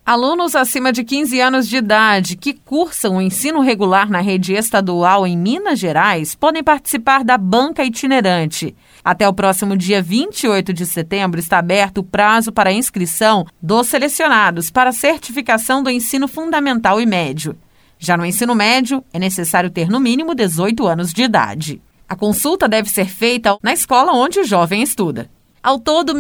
Alunos acima de 15 anos de idade que cursam o ensino regular na rede estadual em Minas Gerais podem participar da banca itinerante. Até o próximo dia 28 de setembro está aberto o prazo para a inscrição dos selecionados para a certificação do ensino fundamental e médio. Já no ensino médio, é necessário ter no mínimo 18 anos de idade. A consulta deve ser feita na escola onde o jovem estuda. Ao todo,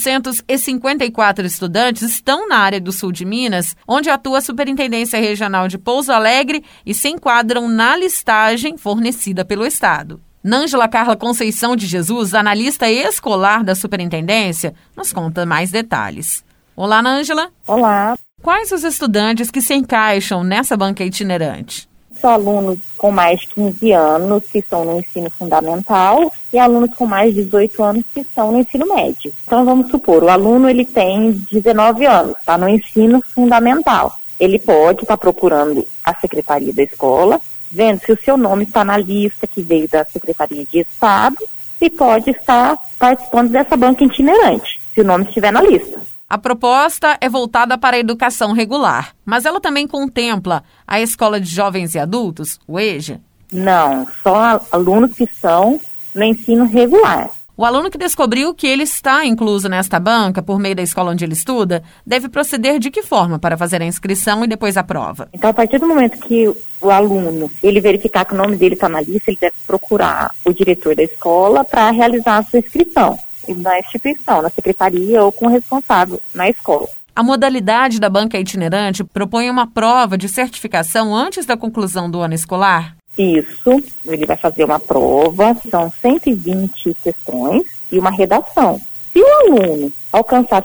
1.854 estudantes estão na área do sul de Minas, onde atua a Superintendência Regional de Pouso Alegre e se enquadram na listagem fornecida pelo Estado. Nângela Carla Conceição de Jesus, analista escolar da Superintendência, nos conta mais detalhes. Olá, Nângela. Olá. Quais os estudantes que se encaixam nessa banca itinerante? São alunos com mais de 15 anos que estão no ensino fundamental e alunos com mais de 18 anos que estão no ensino médio. Então vamos supor, o aluno ele tem 19 anos, está no ensino fundamental. Ele pode estar procurando a secretaria da escola, vendo se o seu nome está na lista que veio da Secretaria de Estado e pode estar participando dessa banca itinerante, se o nome estiver na lista. A proposta é voltada para a educação regular, mas ela também contempla a Escola de Jovens e Adultos, o EJA? Não, só alunos que estão no ensino regular. O aluno que descobriu que ele está incluso nesta banca por meio da escola onde ele estuda, deve proceder de que forma para fazer a inscrição e depois a prova? Então, a partir do momento que o aluno, ele verificar que o nome dele está na lista, ele deve procurar o diretor da escola para realizar a sua inscrição na instituição, na secretaria ou com o responsável na escola. A modalidade da banca itinerante propõe uma prova de certificação antes da conclusão do ano escolar? Isso, ele vai fazer uma prova, são 120 questões e uma redação. Se o aluno alcançar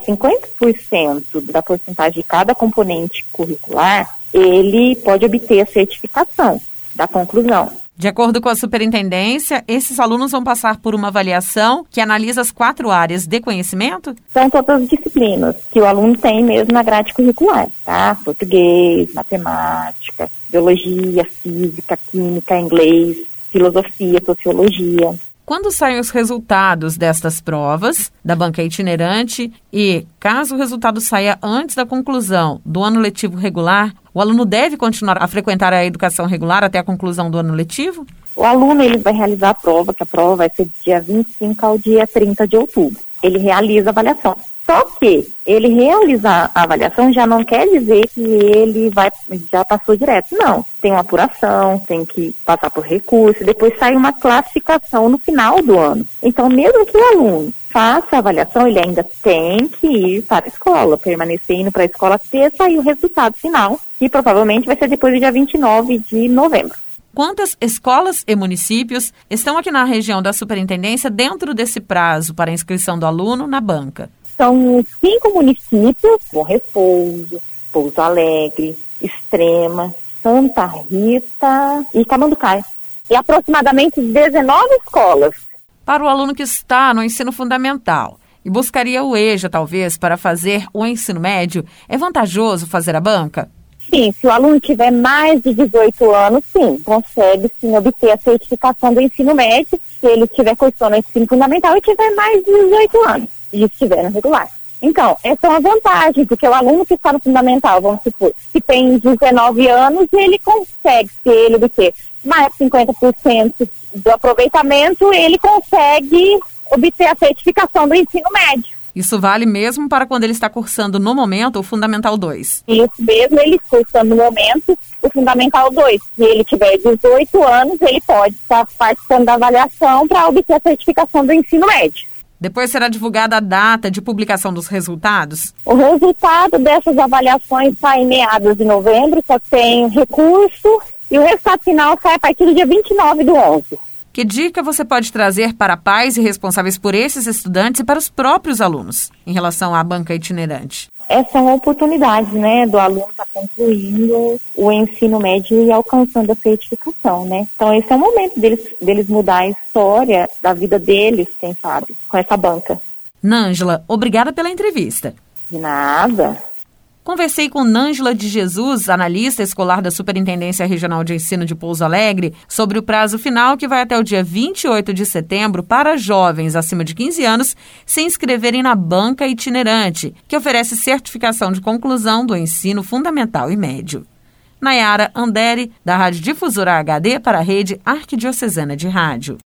50% da porcentagem de cada componente curricular, ele pode obter a certificação da conclusão. De acordo com a superintendência, esses alunos vão passar por uma avaliação que analisa as 4 áreas de conhecimento? São todas as disciplinas que o aluno tem mesmo na grade curricular, tá? Português, matemática, biologia, física, química, inglês, filosofia, sociologia. Quando saem os resultados destas provas da banca itinerante e, caso o resultado saia antes da conclusão do ano letivo regular, o aluno deve continuar a frequentar a educação regular até a conclusão do ano letivo? O aluno ele vai realizar a prova, que a prova vai ser do dia 25 ao dia 30 de outubro. Ele realiza a avaliação. Só que ele realizar a avaliação já não quer dizer que ele já passou direto. Não, tem uma apuração, tem que passar por recurso, depois sai uma classificação no final do ano. Então, mesmo que o aluno faça a avaliação, ele ainda tem que ir para a escola, permanecer indo para a escola até sair o resultado final, que provavelmente vai ser depois do dia 29 de novembro. Quantas escolas e municípios estão aqui na região da superintendência dentro desse prazo para a inscrição do aluno na banca? São 5 municípios: Bom Repouso, Pouso Alegre, Extrema, Santa Rita e Tamanducaia. E aproximadamente 19 escolas. Para o aluno que está no ensino fundamental e buscaria o EJA, talvez, para fazer o ensino médio, é vantajoso fazer a banca? Sim, se o aluno tiver mais de 18 anos, sim, consegue sim obter a certificação do ensino médio, se ele estiver cursando o ensino fundamental e tiver mais de 18 anos, e estiver no regular. Então, essa é uma vantagem, porque o aluno que está no fundamental, vamos supor, que tem 19 anos, ele consegue, se ele obter mais de 50% do aproveitamento, ele consegue obter a certificação do ensino médio. Isso vale mesmo para quando ele está cursando no momento o Fundamental 2? Isso mesmo, ele cursando no momento o Fundamental 2. Se ele tiver 18 anos, ele pode estar participando da avaliação para obter a certificação do ensino médio. Depois será divulgada a data de publicação dos resultados? O resultado dessas avaliações sai em meados de novembro, só tem recurso, e o resultado final sai a partir do dia 29 do 11. Que dica você pode trazer para pais e responsáveis por esses estudantes e para os próprios alunos em relação à banca itinerante? Essa é uma oportunidade, né, do aluno estar concluindo o ensino médio e alcançando a certificação, né? Então esse é o momento deles mudar a história da vida deles, quem sabe, com essa banca. Nângela, obrigada pela entrevista. De nada. Conversei com Nângela de Jesus, analista escolar da Superintendência Regional de Ensino de Pouso Alegre, sobre o prazo final que vai até o dia 28 de setembro para jovens acima de 15 anos se inscreverem na banca itinerante, que oferece certificação de conclusão do ensino fundamental e médio. Nayara Andere, da Rádio Difusora HD para a Rede Arquidiocesana de Rádio.